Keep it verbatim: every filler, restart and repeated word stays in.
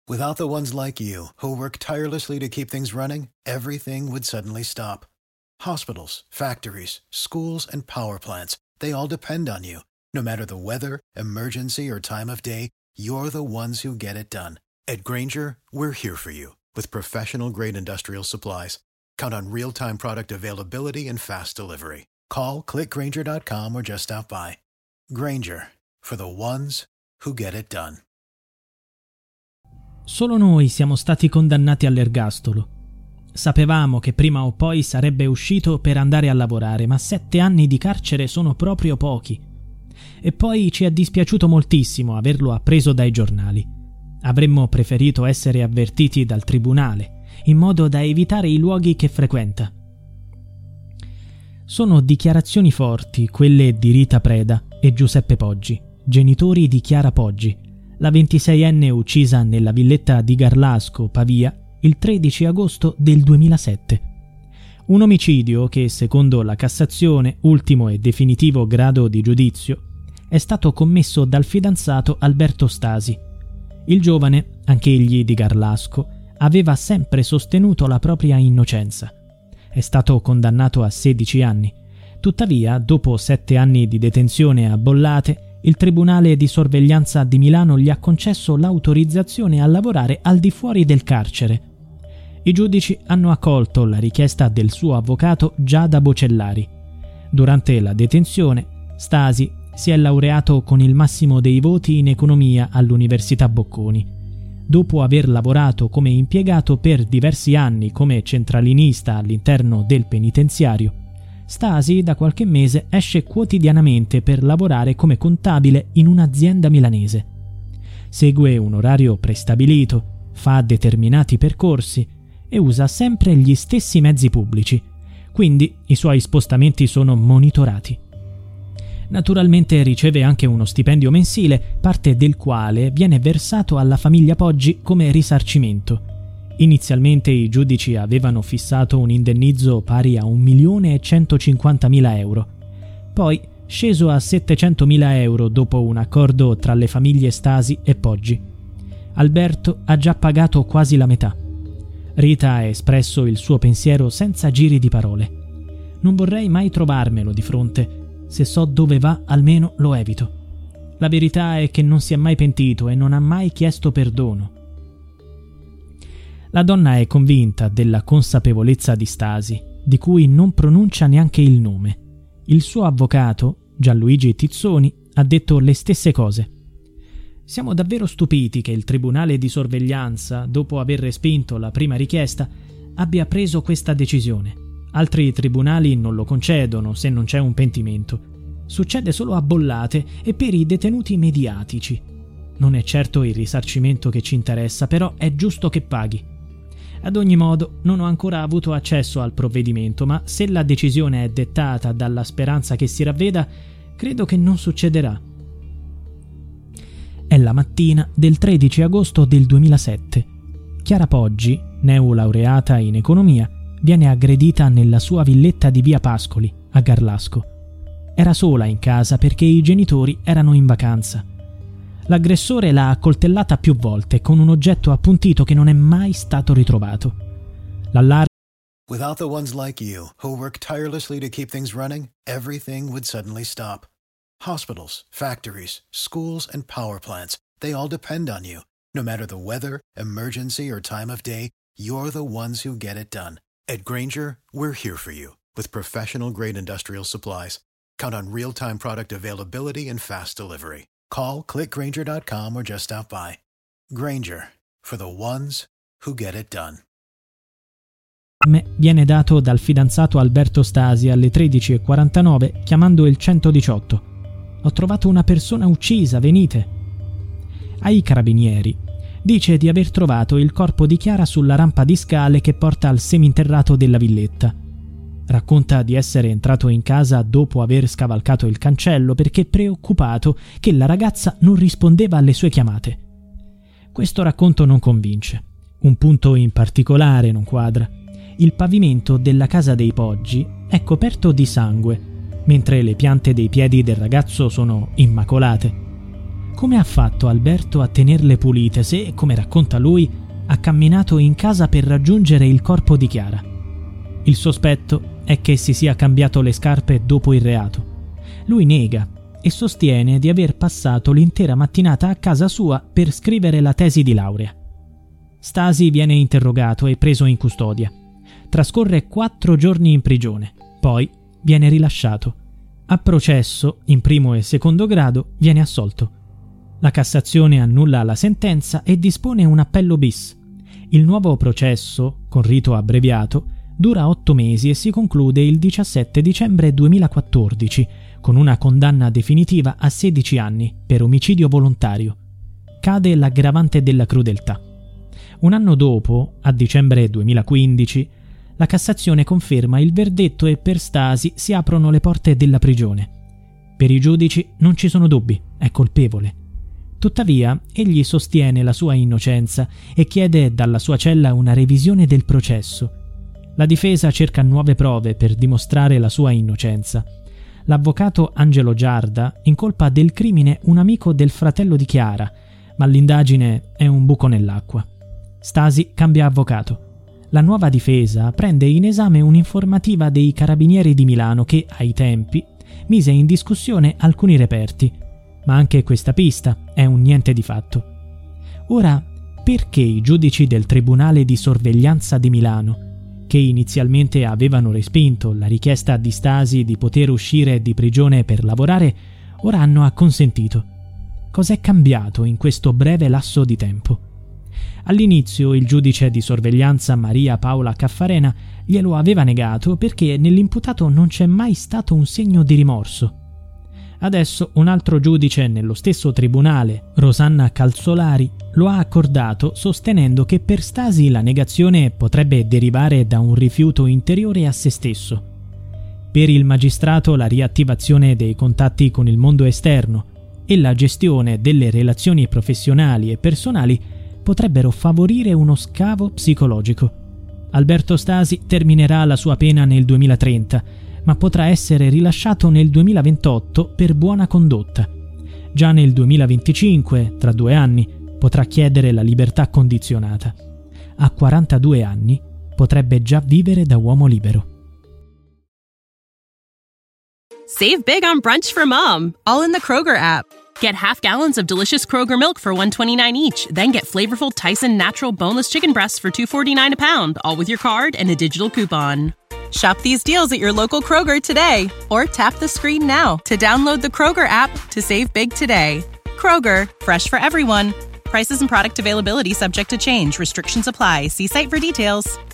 Without the ones like you, who work tirelessly to keep things running, everything would suddenly stop. Hospitals, factories, schools, and power plants, they all depend on you. No matter the weather, emergency, or time of day, you're the ones who get it done. At Grainger, we're here for you with professional-grade industrial supplies. Count on real-time product availability and fast delivery. Call, click grainger dot com or just stop by. Grainger, for the ones who get it done. Solo noi siamo stati condannati all'ergastolo. Sapevamo che prima o poi sarebbe uscito per andare a lavorare, ma sette anni di carcere sono proprio pochi. E poi ci è dispiaciuto moltissimo averlo appreso dai giornali. Avremmo preferito essere avvertiti dal tribunale, in modo da evitare i luoghi che frequenta. Sono dichiarazioni forti quelle di Rita Preda e Giuseppe Poggi, genitori di Chiara Poggi, la ventiseienne uccisa nella villetta di Garlasco, Pavia, il tredici agosto del duemilasette. Un omicidio che, secondo la Cassazione, ultimo e definitivo grado di giudizio, è stato commesso dal fidanzato Alberto Stasi. Il giovane, anch'egli di Garlasco, aveva sempre sostenuto la propria innocenza. È stato condannato a sedici anni. Tuttavia, dopo sette anni di detenzione a Bollate, il Tribunale di sorveglianza di Milano gli ha concesso l'autorizzazione a lavorare al di fuori del carcere. I giudici hanno accolto la richiesta del suo avvocato Giada Bocellari. Durante la detenzione, Stasi si è laureato con il massimo dei voti in economia all'Università Bocconi. Dopo aver lavorato come impiegato per diversi anni come centralinista all'interno del penitenziario, Stasi da qualche mese esce quotidianamente per lavorare come contabile in un'azienda milanese. Segue un orario prestabilito, fa determinati percorsi e usa sempre gli stessi mezzi pubblici, quindi i suoi spostamenti sono monitorati. Naturalmente riceve anche uno stipendio mensile, parte del quale viene versato alla famiglia Poggi come risarcimento. Inizialmente i giudici avevano fissato un indennizzo pari a un milione e centocinquantamila euro, poi sceso a settecentomila euro dopo un accordo tra le famiglie Stasi e Poggi. Alberto ha già pagato quasi la metà. Rita ha espresso il suo pensiero senza giri di parole. Non vorrei mai trovarmelo di fronte. Se so dove va, almeno lo evito. La verità è che non si è mai pentito e non ha mai chiesto perdono. La donna è convinta della consapevolezza di Stasi, di cui non pronuncia neanche il nome. Il suo avvocato, Gianluigi Tizzoni, ha detto le stesse cose. Siamo davvero stupiti che il Tribunale di sorveglianza, dopo aver respinto la prima richiesta, abbia preso questa decisione. Altri tribunali non lo concedono se non c'è un pentimento. Succede solo a Bollate e per i detenuti mediatici. Non è certo il risarcimento che ci interessa, però è giusto che paghi. Ad ogni modo, non ho ancora avuto accesso al provvedimento, ma se la decisione è dettata dalla speranza che si ravveda, credo che non succederà. È la mattina del tredici agosto del duemilasette. Chiara Poggi, neolaureata in economia, viene aggredita nella sua villetta di via Pascoli, a Garlasco. Era sola in casa perché i genitori erano in vacanza. L'aggressore l'ha accoltellata più volte con un oggetto appuntito che non è mai stato ritrovato. L'allarme. Without the ones like you, who work tirelessly to keep things running, everything would suddenly stop. Hospitals, factories, schools, and power plants, they all depend on you. No matter the weather, emergency, or time of day, you're the ones who get it done. At Grainger, we're here for you with professional-grade industrial supplies. Count on real-time product availability and fast delivery. Call, click grainger dot com or just stop by. Grainger, for the ones who get it done. Viene dato dal fidanzato Alberto Stasi alle tredici e quarantanove chiamando il centodiciotto. Ho trovato una persona uccisa, venite. Ai carabinieri dice di aver trovato il corpo di Chiara sulla rampa di scale che porta al seminterrato della villetta. Racconta di essere entrato in casa dopo aver scavalcato il cancello perché preoccupato che la ragazza non rispondeva alle sue chiamate. Questo racconto non convince. Un punto in particolare non quadra. Il pavimento della casa dei Poggi è coperto di sangue, mentre le piante dei piedi del ragazzo sono immacolate. come ha fatto Alberto a tenerle pulite se, come racconta lui, ha camminato in casa per raggiungere il corpo di Chiara? Il sospetto è che si sia cambiato le scarpe dopo il reato. Lui nega e sostiene di aver passato l'intera mattinata a casa sua per scrivere la tesi di laurea. Stasi viene interrogato e preso in custodia. Trascorre quattro giorni in prigione, poi viene rilasciato. A processo, in primo e secondo grado, viene assolto. La Cassazione annulla la sentenza e dispone un appello bis. Il nuovo processo, con rito abbreviato, dura otto mesi e si conclude il diciassette dicembre duemilaquattordici con una condanna definitiva a sedici anni per omicidio volontario. Cade l'aggravante della crudeltà. Un anno dopo, a dicembre duemilaquindici, la Cassazione conferma il verdetto e per Stasi si aprono le porte della prigione. Per i giudici non ci sono dubbi, è colpevole. Tuttavia, egli sostiene la sua innocenza e chiede dalla sua cella una revisione del processo. La difesa cerca nuove prove per dimostrare la sua innocenza. L'avvocato Angelo Giarda incolpa del crimine un amico del fratello di Chiara, ma l'indagine è un buco nell'acqua. Stasi cambia avvocato. La nuova difesa prende in esame un'informativa dei Carabinieri di Milano che, ai tempi, mise in discussione alcuni reperti, ma anche questa pista è un niente di fatto. Ora, perché i giudici del Tribunale di Sorveglianza di Milano, che inizialmente avevano respinto la richiesta di Stasi di poter uscire di prigione per lavorare, ora hanno acconsentito? Cos'è cambiato in questo breve lasso di tempo? All'inizio il giudice di sorveglianza Maria Paola Caffarena glielo aveva negato perché nell'imputato non c'è mai stato un segno di rimorso. Adesso un altro giudice nello stesso tribunale, Rosanna Calzolari, lo ha accordato sostenendo che per Stasi la negazione potrebbe derivare da un rifiuto interiore a se stesso. Per il magistrato la riattivazione dei contatti con il mondo esterno e la gestione delle relazioni professionali e personali potrebbero favorire uno scavo psicologico. Alberto Stasi terminerà la sua pena nel duemilatrenta, ma potrà essere rilasciato nel duemilaventotto per buona condotta. Già nel duemilaventicinque, tra due anni, potrà chiedere la libertà condizionata. A quarantadue anni potrebbe già vivere da uomo libero. Save big on brunch for mom, all in the Kroger app. Get half gallons of delicious Kroger milk for one dollar and twenty-nine cents each. Then get flavorful Tyson natural boneless chicken breasts for two dollars and forty-nine cents a pound, all with your card and a digital coupon. Shop these deals at your local Kroger today, or tap the screen now to download the Kroger app to save big today. Kroger, fresh for everyone. Prices and product availability subject to change. Restrictions apply. See site for details.